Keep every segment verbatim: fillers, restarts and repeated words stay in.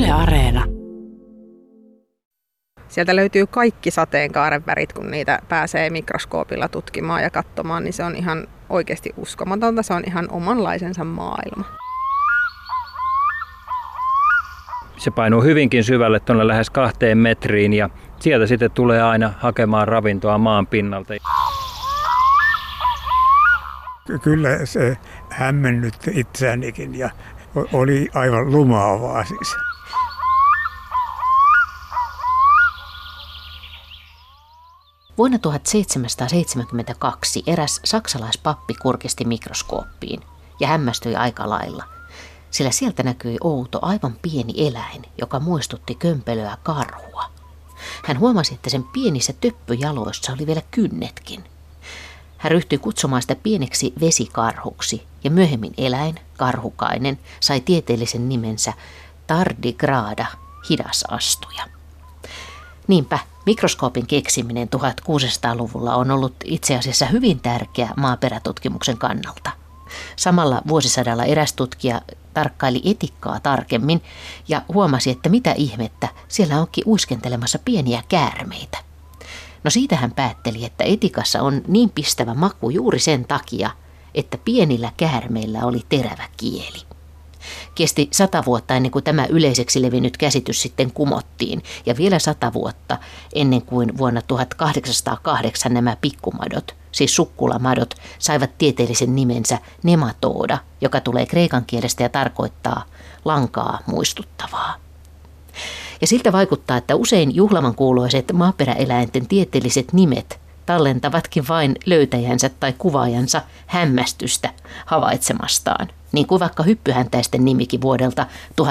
Yle Areena. Sieltä löytyy kaikki sateenkaaren värit, kun niitä pääsee mikroskoopilla tutkimaan ja katsomaan, niin se on ihan oikeasti uskomatonta. Se on ihan omanlaisensa maailma. Se painuu hyvinkin syvälle tuonne lähes kahteen metriin ja sieltä sitten tulee aina hakemaan ravintoa maan pinnalta. Kyllä se hämmennytti itseänikin ja oli aivan lumaavaa siis. Vuonna tuhatseitsemänsataaseitsemänkymmentäkaksi eräs saksalaispappi kurkisti mikroskooppiin ja hämmästyi aika lailla, sillä sieltä näkyi outo, aivan pieni eläin, joka muistutti kömpelöä karhua. Hän huomasi, että sen pienissä töppöjaloissa oli vielä kynnetkin. Hän ryhtyi kutsumaan sitä pieneksi vesikarhuksi ja myöhemmin eläin, karhukainen, sai tieteellisen nimensä tardigrada, hidasastuja. Niinpä mikroskoopin keksiminen tuhatkuusisataaluvulla on ollut itse asiassa hyvin tärkeä maaperätutkimuksen kannalta. Samalla vuosisadalla eräs tutkija tarkkaili etikkaa tarkemmin ja huomasi, että mitä ihmettä, siellä onkin uiskentelemassa pieniä käärmeitä. No siitä hän päätteli, että etikassa on niin pistävä maku juuri sen takia, että pienillä käärmeillä oli terävä kieli. Kesti sata vuotta ennen kuin tämä yleiseksi levinnyt käsitys sitten kumottiin ja vielä sata vuotta ennen kuin vuonna tuhatkahdeksansataakahdeksan nämä pikkumadot, siis sukkulamadot, saivat tieteellisen nimensä nematoda, joka tulee kreikan kielestä ja tarkoittaa lankaa muistuttavaa. Ja siltä vaikuttaa, että usein juhlaman kuuluiset maaperäeläinten tieteelliset nimet tallentavatkin vain löytäjänsä tai kuvaajansa hämmästystä havaitsemastaan. Niin kuin vaikka hyppyhäntäisten nimikin vuodelta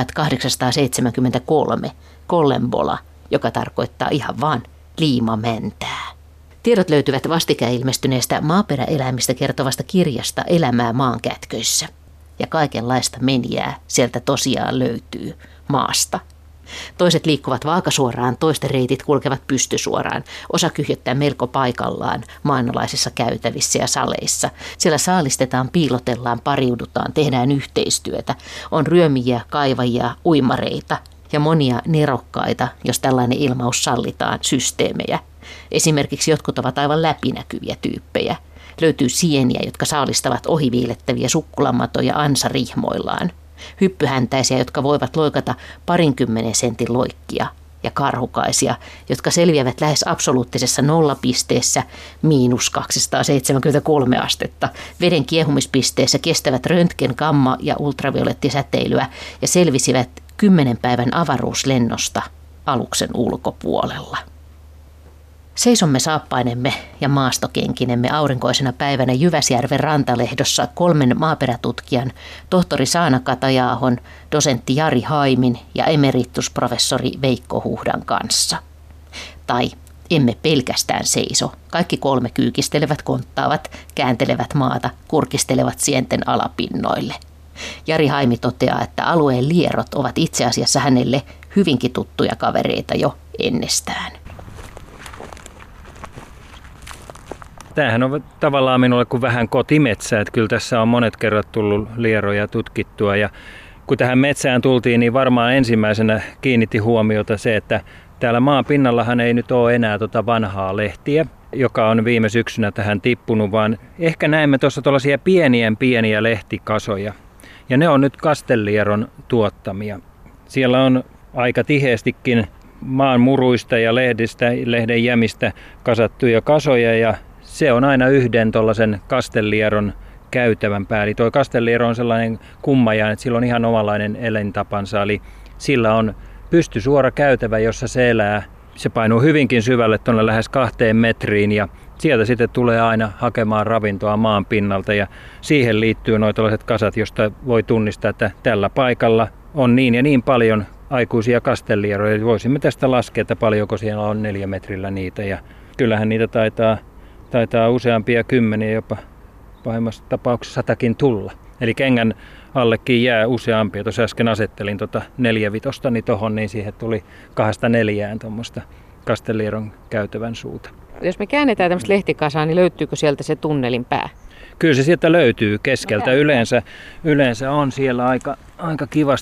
tuhatkahdeksansataaseitsemänkymmentäkolme, Kollembola, joka tarkoittaa ihan vaan liimamäntää. Tiedot löytyvät vastikään ilmestyneestä maaperäeläimistä kertovasta kirjasta Elämää maankätköissä. Ja kaikenlaista menijää sieltä tosiaan löytyy maasta. Toiset liikkuvat vaakasuoraan, toisten reitit kulkevat pystysuoraan. Osa kyhjöttää melko paikallaan maanalaisissa käytävissä ja saleissa. Siellä saalistetaan, piilotellaan, pariudutaan, tehdään yhteistyötä. On ryömiä, kaivajia, uimareita ja monia nerokkaita, jos tällainen ilmaus sallitaan, systeemejä. Esimerkiksi jotkut ovat aivan läpinäkyviä tyyppejä. Löytyy sieniä, jotka saalistavat ohiviilettäviä sukkulamatoja ansarihmoillaan. Hyppyhäntäisiä, jotka voivat loikata parinkymmenen sentin loikkia, ja karhukaisia, jotka selviävät lähes absoluuttisessa nollapisteessä miinus kaksisataaseitsemänkymmentäkolme astetta. Veden kiehumispisteessä kestävät röntgen, gamma- ja ultraviolettisäteilyä ja selvisivät kymmenen päivän avaruuslennosta aluksen ulkopuolella. Seisomme saappainemme ja maastokenkinemme aurinkoisena päivänä Jyväsjärven rantalehdossa kolmen maaperätutkijan, tohtori Saana Katajaahon, dosentti Jari Haimin ja emeritusprofessori Veikko Huhdan kanssa. Tai emme pelkästään seiso. Kaikki kolme kyykistelevät, konttaavat, kääntelevät maata, kurkistelevat sienten alapinnoille. Jari Haimi toteaa, että alueen lierot ovat itse asiassa hänelle hyvinkin tuttuja kavereita jo ennestään. Tämähän on tavallaan minulle kuin vähän kotimetsä, että kyllä tässä on monet kerrat tullut lieroja tutkittua ja kun tähän metsään tultiin, niin varmaan ensimmäisenä kiinnitti huomiota se, että täällä maan pinnallahan ei nyt ole enää tuota vanhaa lehtiä, joka on viime syksynä tähän tippunut, vaan ehkä näemme tuossa tuollaisia pienien pieniä lehtikasoja ja ne on nyt kastellieron tuottamia. Siellä on aika tiheästikin maan muruista ja lehdistä, lehden jämistä kasattuja kasoja ja se on aina yhden tuollaisen kastellieron käytävän päällä. Tuo kastelliero on sellainen kummajainen, että sillä on ihan omanlainen elintapansa. Eli sillä on pystysuora käytävä, jossa se elää. Se painuu hyvinkin syvälle tuonne lähes kahteen metriin ja sieltä sitten tulee aina hakemaan ravintoa maan pinnalta. Ja siihen liittyy nuo tällaiset kasat, josta voi tunnistaa, että tällä paikalla on niin ja niin paljon aikuisia kastellieroja. Voisimme tästä laskea, että paljonko siellä on neljä metrillä niitä. Ja kyllähän niitä taitaa Taitaa useampia kymmeniä, jopa pahimmassa tapauksessa satakin tulla. Eli kengän allekin jää useampia. Tuossa äsken asettelin tuota neljävitosta niin tohon, niin siihen tuli kahdesta neljään tuommoista kastellieron käytävän suuta. Jos me käännetään tämmöistä lehtikasaa, niin löytyykö sieltä se tunnelin pää? Kyllä se sieltä löytyy keskeltä. No, yleensä, yleensä on siellä aika, aika kivasti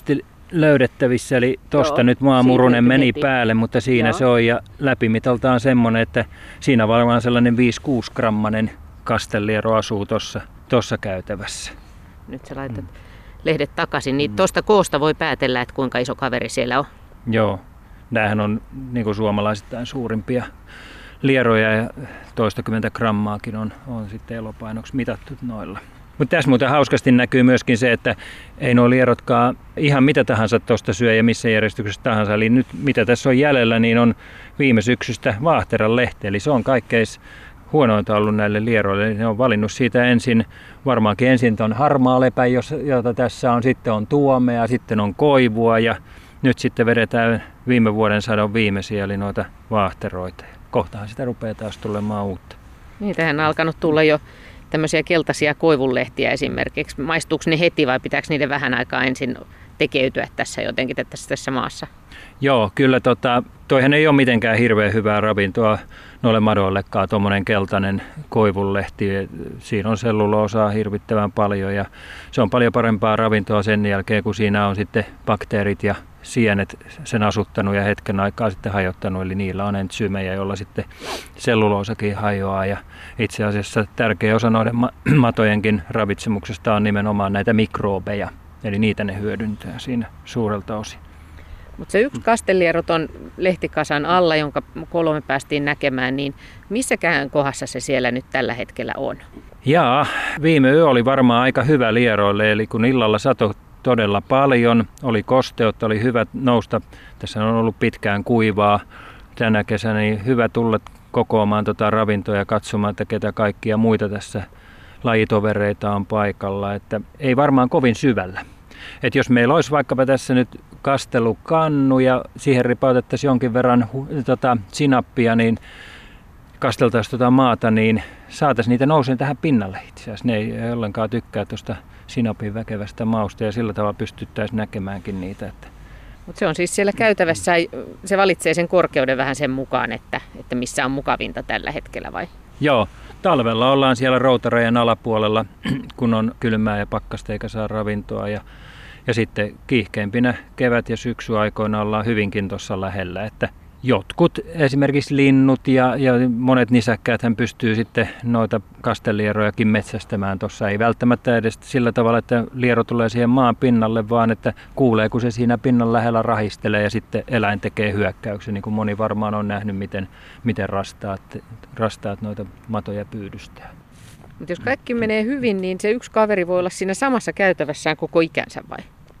löydettävissä, eli tuosta nyt maamurunen meni heti päälle, mutta siinä Joo. se on ja läpimitaltaan semmoinen, että siinä varmaan sellainen viisi kuusi grammanen kastelliero asuu tuossa tossa käytävässä. Nyt sä laitat mm. lehdet takaisin, niin tuosta koosta voi päätellä, että kuinka iso kaveri siellä on. Joo, näähän on niin kuin suomalaisittain suurimpia lieroja ja toistakymmentä grammaakin on, on sitten elopainoksi mitattu noilla. Mutta tässä muuten hauskasti näkyy myöskin se, että ei nuo lierotkaan ihan mitä tahansa tuosta syö ja missä järjestyksessä tahansa. Eli nyt mitä tässä on jäljellä, niin on viime syksystä vaahteran lehti. Eli se on kaikkein huonointa ollut näille lieroille. Eli ne on valinnut siitä ensin, varmaankin ensin tuon harmaa lepä, jota tässä on, sitten on tuomea, sitten on koivua ja nyt sitten vedetään viime vuoden sadon viimeisiä, eli noita vaahteroita. Kohtahan sitä rupeaa taas tulemaan uutta. Niitähän on alkanut tulla jo tämmöisiä keltaisia koivunlehtiä esimerkiksi. Maistuuko ne heti vai pitääkö niiden vähän aikaa ensin tekeytyä tässä jotenkin tässä, tässä maassa? Joo, kyllä tota, toihan ei ole mitenkään hirveän hyvää ravintoa noille madoillekaan, tuommoinen keltainen koivunlehti. Siinä on selluloosaa hirvittävän paljon ja se on paljon parempaa ravintoa sen jälkeen, kun siinä on sitten bakteerit ja sienet sen asuttanut ja hetken aikaa sitten hajottanut, eli niillä on entsyymejä, joilla sitten selluloosakin hajoaa. Ja itse asiassa tärkeä osa noiden matojenkin ravitsemuksesta on nimenomaan näitä mikroobeja, eli niitä ne hyödyntää siinä suurelta osin. Mutta se yksi kastelliero on lehtikasan alla, jonka kolme päästiin näkemään, niin missäkään kohdassa se siellä nyt tällä hetkellä on? Jaa, viime yö oli varmaan aika hyvä lieroille, eli kun illalla satoi todella paljon, oli kosteutta, oli hyvä nousta, tässä on ollut pitkään kuivaa tänä kesänä, niin hyvä tulla kokoamaan tota ravintoa ja katsomaan, että ketä kaikkia muita tässä lajitovereita on paikalla, että ei varmaan kovin syvällä. Et jos meillä olisi vaikkapa tässä nyt kastelukannu ja siihen ripautettaisiin jonkin verran tota, sinappia, niin kasteltaisiin tuota maata, niin saataisiin niitä nousemaan tähän pinnalle itse asiassa. Ne ei ollenkaan tykkää tuosta sinapin väkevästä mausta ja sillä tavalla pystyttäisiin näkemäänkin niitä. Että. Mutta se on siis siellä käytävässä, se valitsee sen korkeuden vähän sen mukaan, että, että missä on mukavinta tällä hetkellä vai? Joo, talvella ollaan siellä routarajan alapuolella, kun on kylmää ja pakkasta eikä saa ravintoa. Ja, ja sitten kiihkeimpinä kevät- ja syksyaikoina ollaan hyvinkin tuossa lähellä, että jotkut esimerkiksi linnut ja, ja monet nisäkkäät pystyy sitten noita kastellierojakin metsästämään tuossa. Ei välttämättä edes sillä tavalla, että liero tulee siihen maan pinnalle, vaan että kuulee, kun se siinä pinnan lähellä rahistelee ja sitten eläin tekee hyökkäyksen. Niin kuin moni varmaan on nähnyt, miten, miten rastaat, rastaat noita matoja pyydystää. Mutta jos kaikki menee hyvin, niin se yksi kaveri voi olla siinä samassa käytävässään koko ikänsä vai?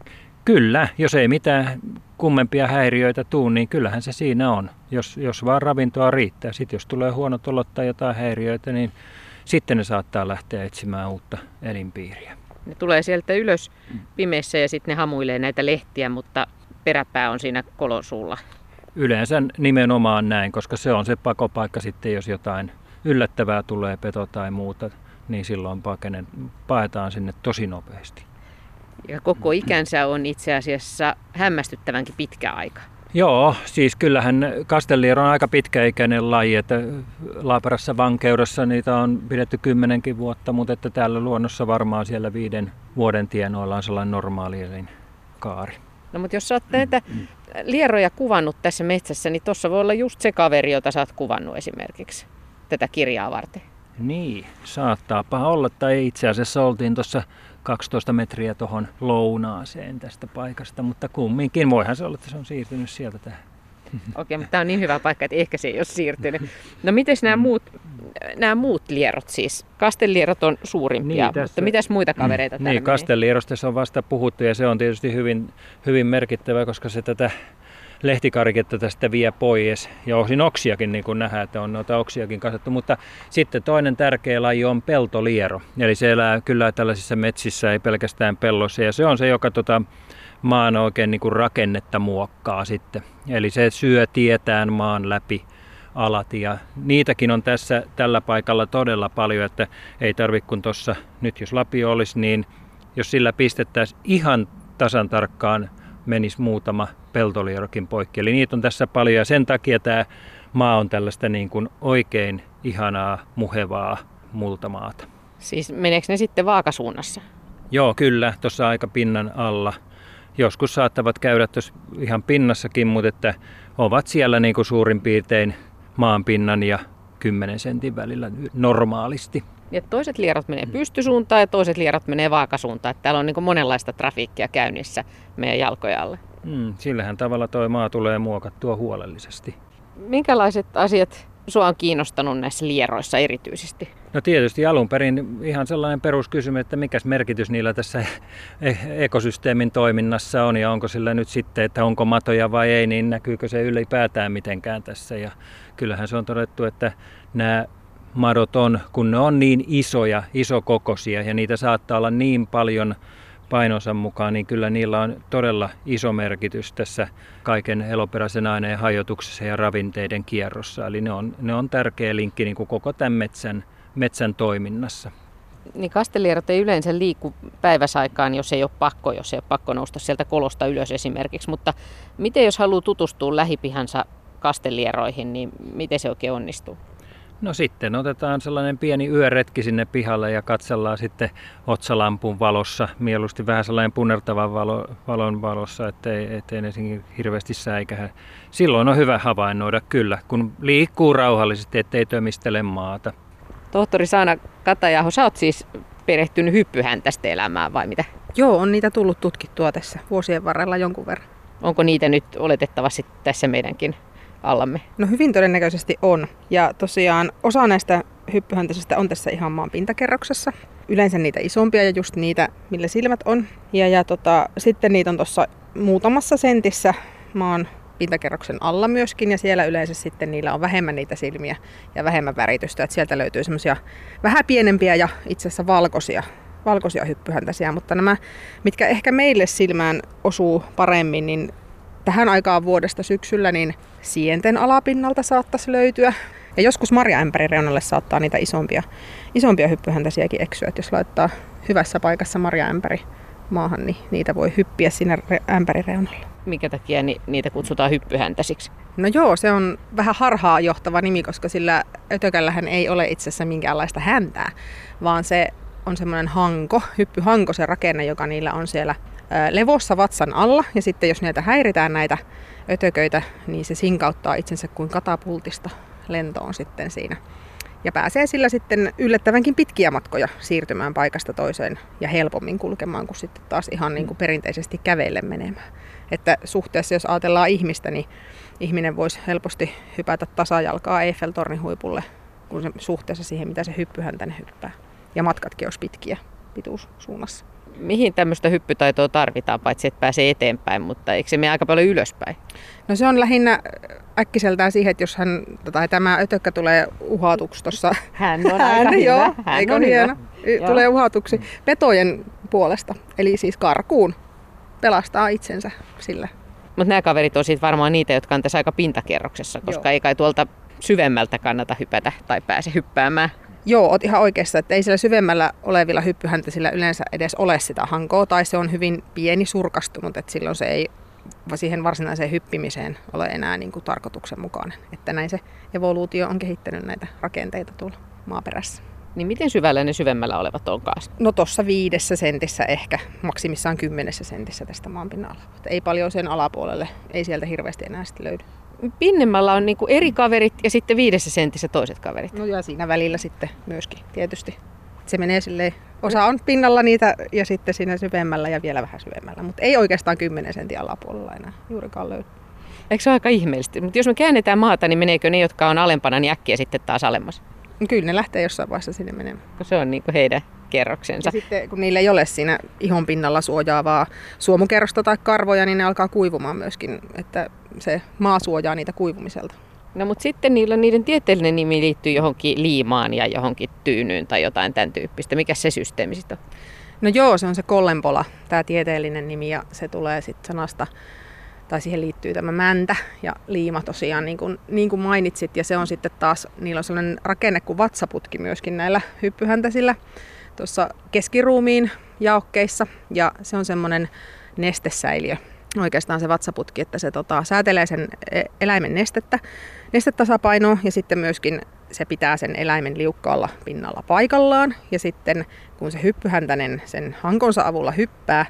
Kyllä, jos ei mitään kummempia häiriöitä tule, niin kyllähän se siinä on, jos, jos vaan ravintoa riittää. Sitten jos tulee huonot olot tai jotain häiriöitä, niin sitten ne saattaa lähteä etsimään uutta elinpiiriä. Ne tulee sieltä ylös pimeässä ja sitten ne hamuilee näitä lehtiä, mutta peräpää on siinä kolon suulla. Yleensä nimenomaan näin, koska se on se pakopaikka sitten, jos jotain yllättävää tulee, peto tai muuta, niin silloin pakenen, paetaan sinne tosi nopeasti. Ja koko ikänsä on itse asiassa hämmästyttävänkin pitkä aika. Joo, siis kyllähän kastelliero on aika pitkäikäinen laji, että Laaparassa vankeudessa niitä on pidetty kymmenenkin vuotta, mutta että täällä luonnossa varmaan siellä viiden vuoden tienoilla on sellainen normaali elinkaari. No mutta jos sä oot näitä lieroja kuvannut tässä metsässä, niin tuossa voi olla just se kaveri, jota sä oot kuvannut esimerkiksi tätä kirjaa varten. Niin, saattaapa olla, tai itse asiassa oltiin tuossa kaksitoista metriä tuohon lounaaseen tästä paikasta, mutta kumminkin voihan se olla, että se on siirtynyt sieltä tähän. Okei, mutta tämä on niin hyvä paikka, että ehkä se ei ole siirtynyt. No miten nämä muut, nämä muut lierot siis? Kastellierot on suurimpia, niin, tässä, mutta mitäs muita kavereita täällä Niin, kastellierosta on vasta puhuttu ja se on tietysti hyvin, hyvin merkittävä, koska se tätä lehtikariketta tästä vie pois ja osin oksiakin, niin kuin nähdään, että on noita oksiakin kasvattu, mutta sitten toinen tärkeä laji on peltoliero, eli se elää kyllä tällaisissa metsissä, ei pelkästään pelloissa, ja se on se, joka tota, maan oikein niin kuin rakennetta muokkaa sitten, eli se syö tietään maan läpi alat, ja niitäkin on tässä tällä paikalla todella paljon, että ei tarvitse kun tuossa, nyt jos lapio olisi, niin jos sillä pistettäisiin ihan tasan tarkkaan, menisi muutama peltolierokin poikki. Eli niitä on tässä paljon ja sen takia tämä maa on tällaista niin kuin oikein ihanaa, muhevaa multamaata. Siis meneekö ne sitten vaakasuunnassa? Joo, kyllä, tuossa aika pinnan alla. joskus saattavat käydä tuossa ihan pinnassakin, mutta että ovat siellä niin kuin suurin piirtein maanpinnan ja kymmenen sentin välillä normaalisti. Ja toiset lierot menee pystysuuntaan ja toiset lierot menee vaakasuuntaan. Että täällä on niin kuin monenlaista trafiikkia käynnissä meidän jalkojen alle. Mm, sillähän tavalla tuo maa tulee muokattua huolellisesti. Minkälaiset asiat sua on kiinnostanut näissä lieroissa erityisesti? No tietysti alun perin ihan sellainen peruskysymys, että mikäs merkitys niillä tässä ekosysteemin toiminnassa on ja onko sillä nyt sitten, että onko matoja vai ei, niin näkyykö se ylipäätään mitenkään tässä. Ja kyllähän se on todettu, että nämä madot on, kun ne on niin isoja, isokokoisia ja niitä saattaa olla niin paljon painonsa mukaan, niin kyllä niillä on todella iso merkitys tässä kaiken eloperäisen aineen hajotuksessa ja ravinteiden kierrossa. Eli ne on, ne on tärkeä linkki niin kuin koko tämän metsän, metsän toiminnassa. Niin kastelierot ei yleensä liiku päiväsaikaan, jos ei ole pakko, jos ei ole pakko nousta sieltä kolosta ylös esimerkiksi. Mutta miten jos haluaa tutustua lähipihansa kastelieroihin, niin miten se oikein onnistuu? No sitten otetaan sellainen pieni yöretki sinne pihalle ja katsellaan sitten otsalampun valossa, mieluusti vähän sellainen punertavan valo, valon valossa, ettei, ettei ne hirveästi säikähä. Silloin on hyvä havainnoida kyllä, kun liikkuu rauhallisesti, ettei tömistele maata. Tohtori Saana Katajaho, sä oot siis perehtynyt hyppyhäntästä elämään vai mitä? Joo, on niitä tullut tutkittua tässä vuosien varrella jonkun verran. Onko niitä nyt oletettavasti tässä meidänkin allamme? No hyvin todennäköisesti on. Ja tosiaan osa näistä hyppyhäntäisistä on tässä ihan maan pintakerroksessa. Yleensä niitä isompia ja just niitä, millä silmät on. Ja, ja tota, sitten niitä on tuossa muutamassa sentissä maan pintakerroksen alla myöskin. Ja siellä yleensä sitten niillä on vähemmän niitä silmiä ja vähemmän väritystä. Et sieltä löytyy semmoisia vähän pienempiä ja itse asiassa valkoisia, valkoisia hyppyhäntäisiä. Mutta nämä, mitkä ehkä meille silmään osuu paremmin, niin tähän aikaan vuodesta syksyllä niin sienten alapinnalta saattaisi löytyä. Ja joskus marjaämpärin reunalle saattaa niitä isompia, isompia hyppyhäntäisiäkin eksyä. Et jos laittaa hyvässä paikassa marjaämpäri maahan, niin niitä voi hyppiä siinä ämpärin reunalla. Minkä takia ni- niitä kutsutaan hyppyhäntäisiksi? No joo, se on vähän harhaa johtava nimi, koska sillä ötökällähän ei ole itse asiassa minkäänlaista häntää, vaan se on semmoinen hanko, hyppyhanko se rakenne, joka niillä on siellä levossa vatsan alla, ja sitten jos näitä häiritään näitä ötököitä, niin se sinkauttaa itsensä kuin katapultista lentoon sitten siinä. Ja pääsee sillä sitten yllättävänkin pitkiä matkoja siirtymään paikasta toiseen ja helpommin kulkemaan kuin sitten taas ihan niin kuin perinteisesti kävellen menemään. Että suhteessa jos ajatellaan ihmistä, niin ihminen voisi helposti hypätä tasajalkaa Eiffeltornin huipulle kun se, suhteessa siihen, mitä se hyppyhäntäinen hyppää. Ja matkatkin olisi pitkiä pituussuunnassa. Mihin tämmöistä hyppytaitoa tarvitaan, paitsi että pääsee eteenpäin, mutta eikö se mene aika paljon ylöspäin? No se on lähinnä äkkiseltään siihen, että jos hän, tai tämä ötökkä tulee uhatuksi tuossa. Hän on hän, aika joo, hyvä. Hän eikö on hieno? hyvä. Tulee uhatuksi petojen puolesta, eli siis karkuun. Pelastaa itsensä sillä. Mutta nämä kaverit on sitten varmaan niitä, jotka on tässä aika pintakerroksessa, koska joo. Ei kai tuolta syvemmältä kannata hypätä tai pääse hyppäämään. Joo, oot ihan oikeassa, että ei sillä syvemmällä olevilla hyppyhäntäisillä yleensä edes ole sitä hankoa, tai se on hyvin pieni surkastunut, että silloin se ei siihen varsinaiseen hyppimiseen ole enää niin kuin tarkoituksenmukainen. Että näin se evoluutio on kehittänyt näitä rakenteita tuolla maaperässä. Niin miten syvällä ne syvemmällä olevat onkaan? No tuossa viidessä sentissä ehkä, maksimissaan kymmenessä sentissä tästä maanpinnan alapuolelta. Ei paljon sen alapuolelle, ei sieltä hirveästi enää sitten löydy. Pinnemmällä on niinku eri kaverit ja sitten viidessä sentissä toiset kaverit. No ja siinä välillä sitten myöskin tietysti. Se menee silleen, osa on pinnalla niitä ja sitten siinä syvemmällä ja vielä vähän syvemmällä. Mutta ei oikeastaan kymmenen sentin alapuolella enää juurikaan löydy. Eikö se ole aika ihmeellistä? Mutta jos me käännetään maata, niin meneekö ne, jotka on alempana, niin äkkiä sitten taas alemmas? Kyllä ne lähtee jossain vaiheessa sinne menemään. Se on niinku heidän kerroksensa. Ja sitten kun niillä ei ole siinä ihon pinnalla suojaavaa suomukerrosta tai karvoja, niin ne alkaa kuivumaan myöskin, että se maa suojaa niitä kuivumiselta. No mutta sitten niillä, niiden tieteellinen nimi liittyy johonkin liimaan ja johonkin tyynyyn tai jotain tämän tyyppistä. Mikä se systeemi sitten on? No joo, se on se kollempola, tämä tieteellinen nimi, ja se tulee sitten sanasta, tai siihen liittyy tämä mäntä ja liima tosiaan, niin kuin, niin kuin mainitsit. Ja se on sitten taas, niillä on sellainen rakenne kuin vatsaputki myöskin näillä hyppyhäntäisillä tuossa keskiruumiin jaokkeissa. Ja se on semmoinen nestesäiliö, oikeastaan se vatsaputki, että se tota, säätelee sen eläimen nestettä, nestetasapainoa ja sitten myöskin se pitää sen eläimen liukkaalla pinnalla paikallaan. Ja sitten kun se hyppyhäntäinen sen hankonsa avulla hyppää,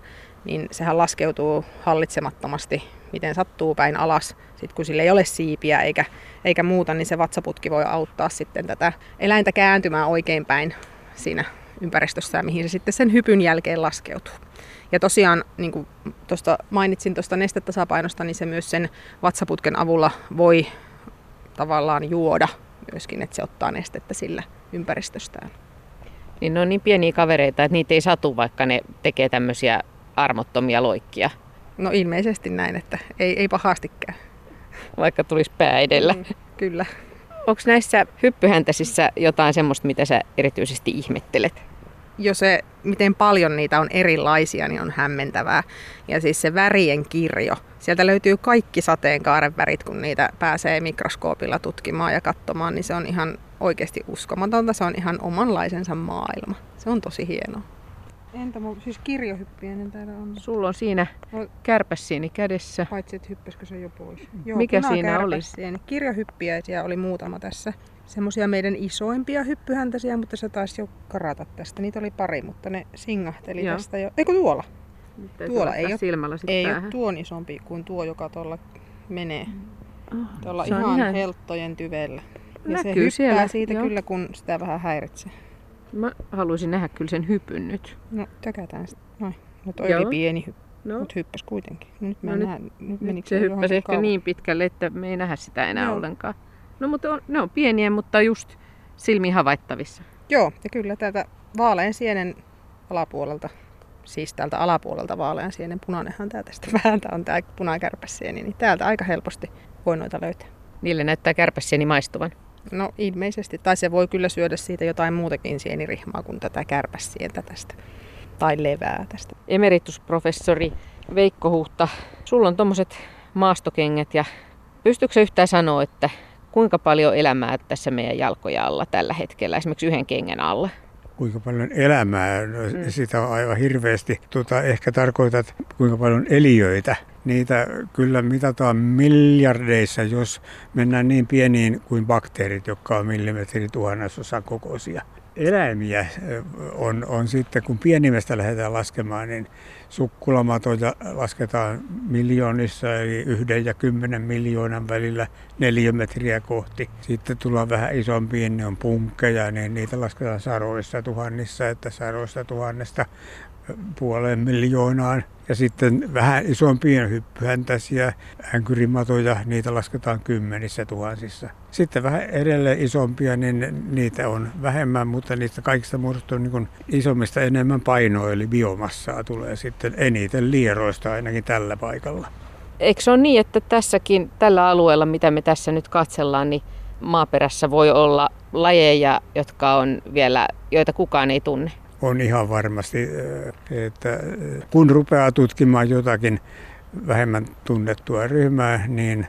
niin sehän laskeutuu hallitsemattomasti, miten sattuu päin alas. Sitten kun sillä ei ole siipiä eikä, eikä muuta, niin se vatsaputki voi auttaa sitten tätä eläintä kääntymään oikein päin siinä ympäristössä, mihin se sitten sen hypyn jälkeen laskeutuu. Ja tosiaan, niin kuin tuosta mainitsin tuosta nestetasapainosta, niin se myös sen vatsaputken avulla voi tavallaan juoda myöskin, että se ottaa nestettä sillä ympäristöstään. Niin ne on niin pieniä kavereita, että niitä ei satu, vaikka ne tekee tämmöisiä armottomia loikkia. No ilmeisesti näin, että ei, ei pahastikään. Vaikka tulisi pää edellä. Mm, kyllä. Onko näissä hyppyhäntäisissä jotain semmoista, mitä sä erityisesti ihmettelet? Jo se, miten paljon niitä on erilaisia, niin on hämmentävää. Ja siis se värien kirjo. Sieltä löytyy kaikki sateenkaaren värit, kun niitä pääsee mikroskoopilla tutkimaan ja katsomaan, niin se on ihan oikeasti uskomatonta. Se on ihan omanlaisensa maailma. Se on tosi hienoa. Entä mun, siis kirjohyppiäinen täällä on? Sulla on siinä kärpäsieni kädessä. Paitsi, että hyppäskö se jo pois? Joo, mikä siinä oli? Kirjohyppiäisiä oli muutama tässä. Semmoisia meidän isoimpia hyppyhäntäisiä, mutta se taisi jo karata tästä. Niitä oli pari, mutta ne singahteli Joo. tästä jo. Eikö tuolla? Tuolla ei ole, silmällä ei päähän. ole tuon isompi kuin tuo, joka tuolla menee. Oh, tuolla ihan, ihan helttojen tyvellä. Ja näkyy se hyppää siellä. siitä Joo. kyllä, kun sitä vähän häiritsee. Mä haluaisin nähdä kyllä sen hypyn nyt. No tökätään sitä. Noin. No toi Joo. oli pieni hyppy, No. mutta hyppäsi kuitenkin. Nyt, mä No nyt, näen, nyt, nyt se hyppäsi ehkä kauan. Niin pitkälle, että me ei nähdä sitä enää Joo. ollenkaan. No mutta on, ne on pieniä, mutta just silmiin havaittavissa. Joo, ja kyllä täältä vaalean sienen alapuolelta, siis täältä alapuolelta vaalean sienen, punainenhan tää tästä vääntä on tää punakärpäsieni, niin täältä aika helposti voi noita löytää. Niille näyttää kärpäsieni maistuvan. No ilmeisesti, tai se voi kyllä syödä siitä jotain muutakin sienirihmaa kuin tätä kärpäsientä tästä, tai levää tästä. Emeritusprofessori Veikko Huhta, sulla on tommoset maastokengät ja pystytkö sä yhtään sanoa, että kuinka paljon elämää tässä meidän jalkoja alla tällä hetkellä, esimerkiksi yhden kengän alla? Kuinka paljon elämää, no, mm. sitä on aivan hirveästi. Tuota, ehkä tarkoitat, kuinka paljon eliöitä. Niitä kyllä mitataan miljardeissa, jos mennään niin pieniin kuin bakteerit, jotka on millimetrituhannesosa kokoisia. Eläimiä on, on sitten, kun pienimmästä lähdetään laskemaan, niin sukkulamatoja lasketaan miljoonissa, eli yhden ja kymmenen miljoonan välillä neliömetriä kohti. Sitten tullaan vähän isompiin, ne on punkkeja, niin niitä lasketaan sadoissa tuhannissa, että sadoista tuhannesta puoleen miljoonaan. Ja sitten vähän isompia hyppyhäntäisiä änkyrimatoja, niitä lasketaan kymmenissä tuhansissa. Sitten vähän edelleen isompia, niin niitä on vähemmän, mutta niistä kaikista muodostuu niin kuin isommista enemmän painoa, eli biomassaa tulee sitten eniten lieroista ainakin tällä paikalla. Eikö se ole niin, että tässäkin, tällä alueella, mitä me tässä nyt katsellaan, niin maaperässä voi olla lajeja, jotka on vielä, joita kukaan ei tunne? On ihan varmasti, että kun rupeaa tutkimaan jotakin vähemmän tunnettua ryhmää, niin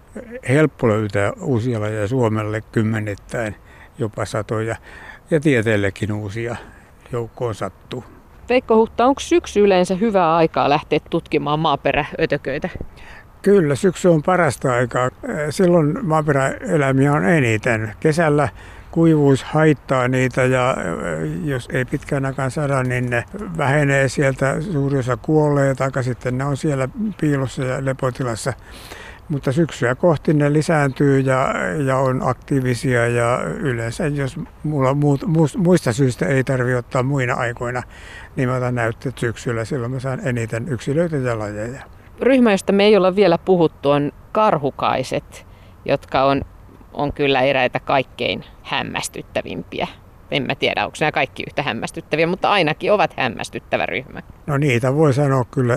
helppo löytää uusia lajeja Suomelle kymmenittäin, jopa satoja, ja tieteellekin uusia joukkoon sattuu. Veikko Huhta, onko syksy yleensä hyvää aikaa lähteä tutkimaan maaperäötököitä? Kyllä, syksy on parasta aikaa. Silloin maaperäeläimiä on eniten. Kesällä kuivuus haittaa niitä ja jos ei pitkään aikaan saada, niin ne vähenee sieltä, suuri osa kuolee, tai sitten ne on siellä piilossa ja lepotilassa. Mutta syksyä kohti ne lisääntyy ja, ja on aktiivisia ja yleensä, jos mulla muut, muista syistä ei tarvitse ottaa muina aikoina, niin mä otan näytteet syksyllä. Silloin mä saan eniten yksilöitä ja lajeja. Ryhmä, josta me ei olla vielä puhuttu, on karhukaiset, jotka on, on kyllä eräitä kaikkein hämmästyttävimpiä. En mä tiedä, onko nämä kaikki yhtä hämmästyttäviä, mutta ainakin ovat hämmästyttävä ryhmä. No niitä voi sanoa kyllä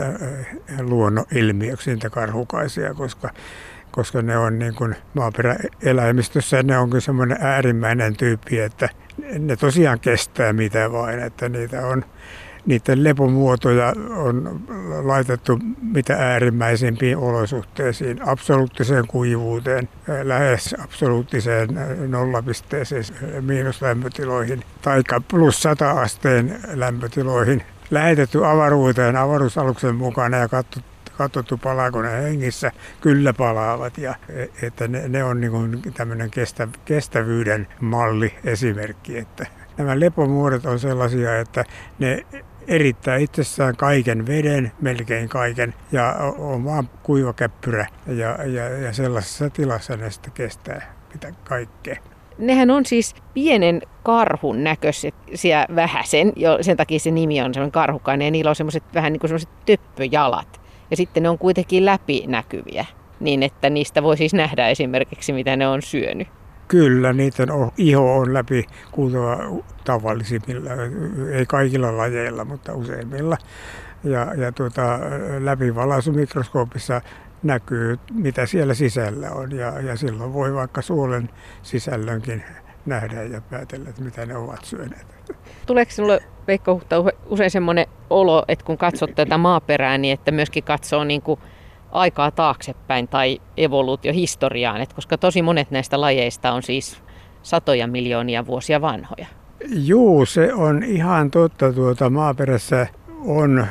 luonnonilmiöksi niitä karhukaisia, koska, koska ne on niin kuin maaperäeläimistössä, ne on kyllä semmoinen äärimmäinen tyyppi, että ne tosiaan kestää mitä vain, että niitä on. Niiden lepomuotoja on laitettu mitä äärimmäisimpiin olosuhteisiin, absoluuttiseen kuivuuteen, lähes absoluuttiseen nollapisteeseen miinuslämpötiloihin tai plus sata asteen lämpötiloihin. Lähetetty avaruuteen avaruusaluksen mukana ja katsottu, katsottu palaako ne hengissä, kyllä palaavat. Ja, että ne, ne on niin kuin tämmöinen kestä, kestävyyden malli esimerkki, että nämä lepomuodot on sellaisia, että ne erittää itsessään kaiken veden, melkein kaiken, ja on vaan kuiva käppyrä. Ja, ja, ja sellaisessa tilassa ne sitten kestää mitä kaikkea. Nehän on siis pienen karhun näköisiä vähäsen, jo sen takia se nimi on semmoinen karhukainen, ja niillä on semmoiset vähän niin kuin semmoiset töppöjalat. Ja sitten ne on kuitenkin läpinäkyviä, niin että niistä voi siis nähdä esimerkiksi, mitä ne on syönyt. Kyllä, niiden iho on läpi kuultava tavallisimmilla, ei kaikilla lajeilla, mutta useimmilla. Ja, ja tuota, läpivalaisu-mikroskoopissa näkyy, mitä siellä sisällä on, ja, ja silloin voi vaikka suolen sisällönkin nähdä ja päätellä, että mitä ne ovat syöneet. Tuleeko sinulle, Veikko Huhta, usein semmoinen olo, että kun katsot tätä maaperää, niin että myöskin katsoo niin kuin aikaa taaksepäin tai evoluutiohistoriaan, että koska tosi monet näistä lajeista on siis satoja miljoonia vuosia vanhoja? Juu, se on ihan totta. Tuota, maaperässä on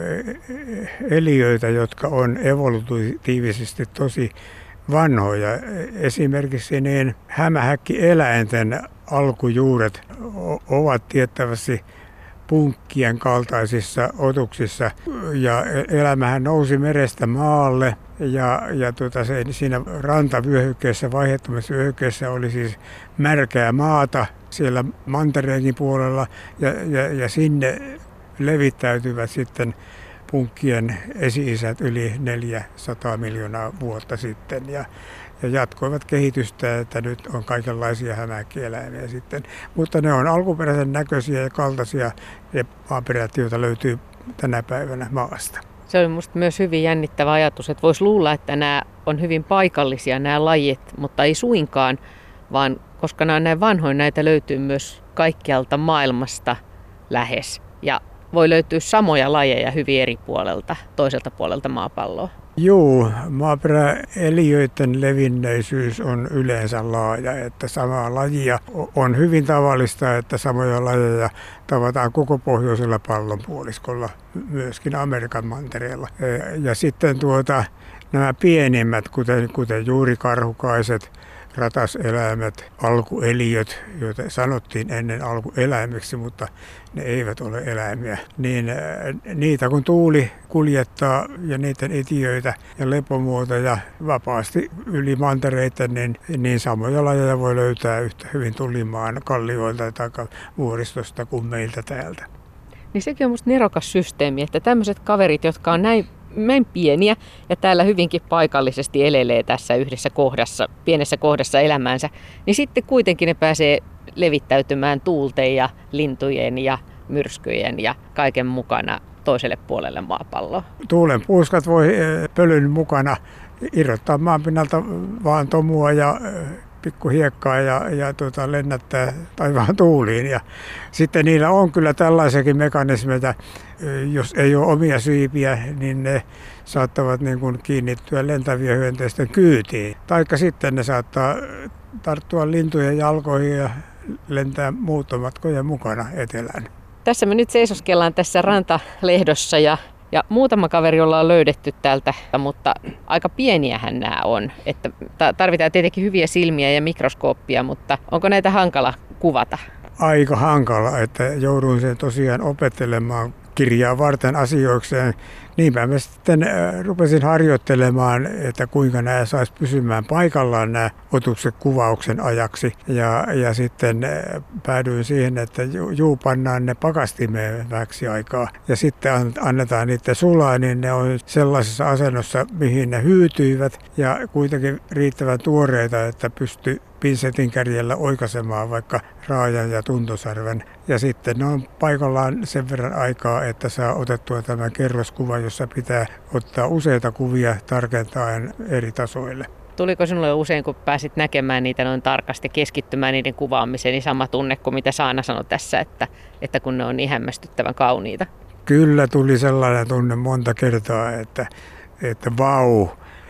eliöitä, jotka on evolutiivisesti tosi vanhoja. Esimerkiksi niin hämähäkkieläinten alkujuuret ovat tiettävästi punkkien kaltaisissa otuksissa, ja elämähän nousi merestä maalle, ja, ja tuota, se, siinä rantavyöhykkeessä, vaihettumisvyöhykkeessä oli siis märkää maata siellä mantereenkin puolella, ja, ja, ja sinne levittäytyvät sitten punkkien esi-isät yli neljäsataa miljoonaa vuotta sitten, ja, ja jatkoivat kehitystä, että nyt on kaikenlaisia hämähäkkieläimiä sitten. Mutta ne on alkuperäisen näköisiä ja kaltaisia ja maaperät, joita löytyy tänä päivänä maasta. Se on minusta myös hyvin jännittävä ajatus, että voisi luulla, että nämä on hyvin paikallisia nämä lajit, mutta ei suinkaan, vaan koska nämä on näin vanhoin, näitä löytyy myös kaikkialta maailmasta lähes. Ja voi löytyä samoja lajeja hyvin eri puolelta, toiselta puolelta maapalloa. Joo, maaperäeliöiden levinneisyys on yleensä laaja, että samaa lajia on hyvin tavallista, että samoja lajeja tavataan koko pohjoisella pallonpuoliskolla, myöskin Amerikan mantereella. Ja sitten tuota, nämä pienimmät, kuten, kuten juurikarhukaiset, rataseläimet, alkueliöt, joita sanottiin ennen alkueläimiksi, mutta ne eivät ole eläimiä, niin niitä kun tuuli kuljettaa ja niiden itiöitä ja lepomuotoja vapaasti yli mantereiden, niin, niin samoja lajeja voi löytää yhtä hyvin tulimaan kallioilta tai vuoristosta kuin meiltä täältä. Niin sekin on musta nerokas systeemi, että tämmöiset kaverit, jotka on näin näin pieniä ja täällä hyvinkin paikallisesti elelee tässä yhdessä kohdassa, pienessä kohdassa elämäänsä, niin sitten kuitenkin ne pääsee levittäytymään tuulten ja lintujen ja myrskyjen ja kaiken mukana toiselle puolelle maapalloa. Tuulen puuskat voi pölyn mukana irrottaa maanpinnalta vaan tomua ja pikkuhiekkaa ja, ja tuota, lennättää taivaan tuuliin. Ja sitten niillä on kyllä tällaisiakin mekanismeja, jos ei ole omia siipiä, niin ne saattavat niin kuin kiinnittyä lentäviä hyönteisten kyytiin. Taikka sitten ne saattaa tarttua lintujen jalkoihin ja lentää muuttomatkojen mukana etelään. Tässä me nyt seisoskellaan tässä rantalehdossa ja Ja muutama kaveri ollaan löydetty täältä, mutta aika pieniähän nämä on. Että tarvitaan tietenkin hyviä silmiä ja mikroskooppia, mutta onko näitä hankala kuvata? Aika hankala, että jouduin sen tosiaan opettelemaan kirjaa varten asioikseen. Niinpä mä sitten rupesin harjoittelemaan, että kuinka nämä saisi pysymään paikallaan nämä otukset kuvauksen ajaksi. Ja, ja sitten päädyin siihen, että juu, pannaan ne pakastimeen vähäksi aikaa. Ja sitten annetaan niiden sulaa, niin ne on sellaisessa asennossa, mihin ne hyytyivät. Ja kuitenkin riittävän tuoreita, että pystyy pinsetin kärjellä oikaisemaan vaikka raajan ja tuntosarven. Ja sitten ne on paikallaan sen verran aikaa, että saa otettua tämän kerroskuva, jossa pitää ottaa useita kuvia tarkentaen eri tasoille. Tuliko sinulle usein, kun pääsit näkemään niitä noin tarkasti, keskittymään niiden kuvaamiseen, niin sama tunne kuin mitä Saana sanoi tässä, että, että kun ne on niin hämmästyttävän kauniita? Kyllä tuli sellainen tunne monta kertaa, että, että vau,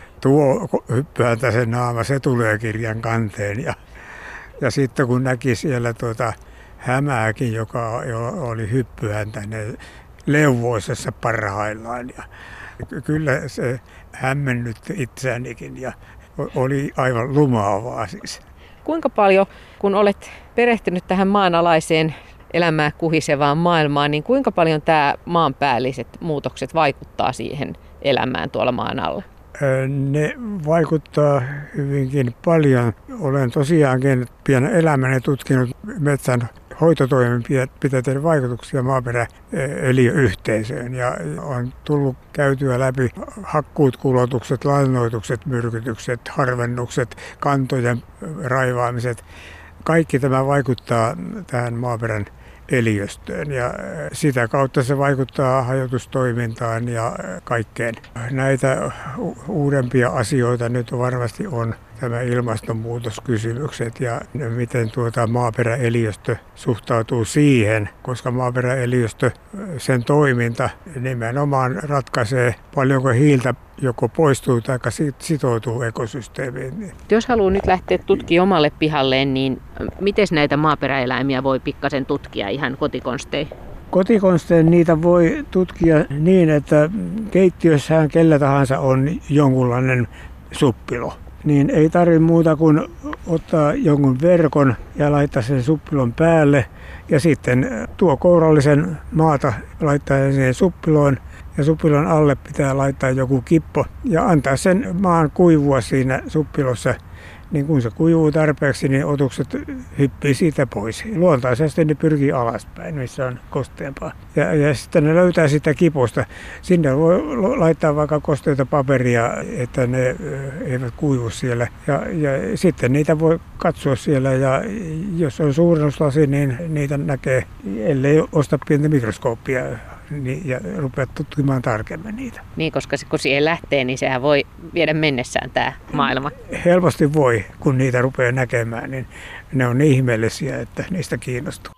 tuo hyppyhäntäisen naama, se tulee kirjan kanteen. Ja, ja sitten kun näki siellä tuota hämääkin, joka oli hyppyhäntäinen leuvoisessa parhaillaan. Ja kyllä se hämmennytti itseänikin ja oli aivan lumaavaa siis. Kuinka paljon, kun olet perehtynyt tähän maanalaiseen elämää kuhisevaan maailmaan, niin kuinka paljon tämä maanpäälliset muutokset vaikuttaa siihen elämään tuolla maan alla? Ne vaikuttaa hyvinkin paljon. Olen tosiaankin pienen elämäni tutkinut metsän hoitotoimenpiteiden vaikutuksia maaperäeliöyhteisöön ja on tullut käytyä läpi hakkuut, kulotukset, lannoitukset, myrkytykset, harvennukset, kantojen raivaamiset. Kaikki tämä vaikuttaa tähän maaperän eliöstöön ja sitä kautta se vaikuttaa hajotustoimintaan ja kaikkeen. Näitä uudempia asioita nyt varmasti on tämä ilmastonmuutoskysymykset ja miten tuota maaperäeliöstö suhtautuu siihen, koska maaperäeliöstö, sen toiminta nimenomaan ratkaisee paljonko hiiltä joko poistuu tai sitoutuu ekosysteemiin. Jos haluaa nyt lähteä tutkimaan omalle pihalleen, niin miten näitä maaperäeläimiä voi pikkasen tutkia ihan kotikonstein? Kotikonstein niitä voi tutkia niin, että keittiössähän kellä tahansa on jonkunlainen suppilo. Niin ei tarvitse muuta kuin ottaa jonkun verkon ja laittaa sen suppilon päälle ja sitten tuo kourallisen maata laittaa sen suppiloon ja suppilon alle pitää laittaa joku kippo ja antaa sen maan kuivua siinä suppilossa. Niin kun se kuivuu tarpeeksi, niin otukset hyppii siitä pois. Luontaisesti ne pyrkii alaspäin, missä on kosteampaa. Ja, ja sitten ne löytää sitä kiposta. Sinne voi laittaa vaikka kosteita paperia, että ne eivät kuivu siellä. Ja, ja sitten niitä voi katsoa siellä ja jos on suurennuslasi, niin niitä näkee, ellei osta pientä mikroskooppia. Ja rupeat tutkimaan tarkemmin niitä. Niin, koska kun siihen lähtee, niin sehän voi viedä mennessään tämä maailma. Helposti voi, kun niitä rupeaa näkemään, niin ne on niin ihmeellisiä, että niistä kiinnostuu.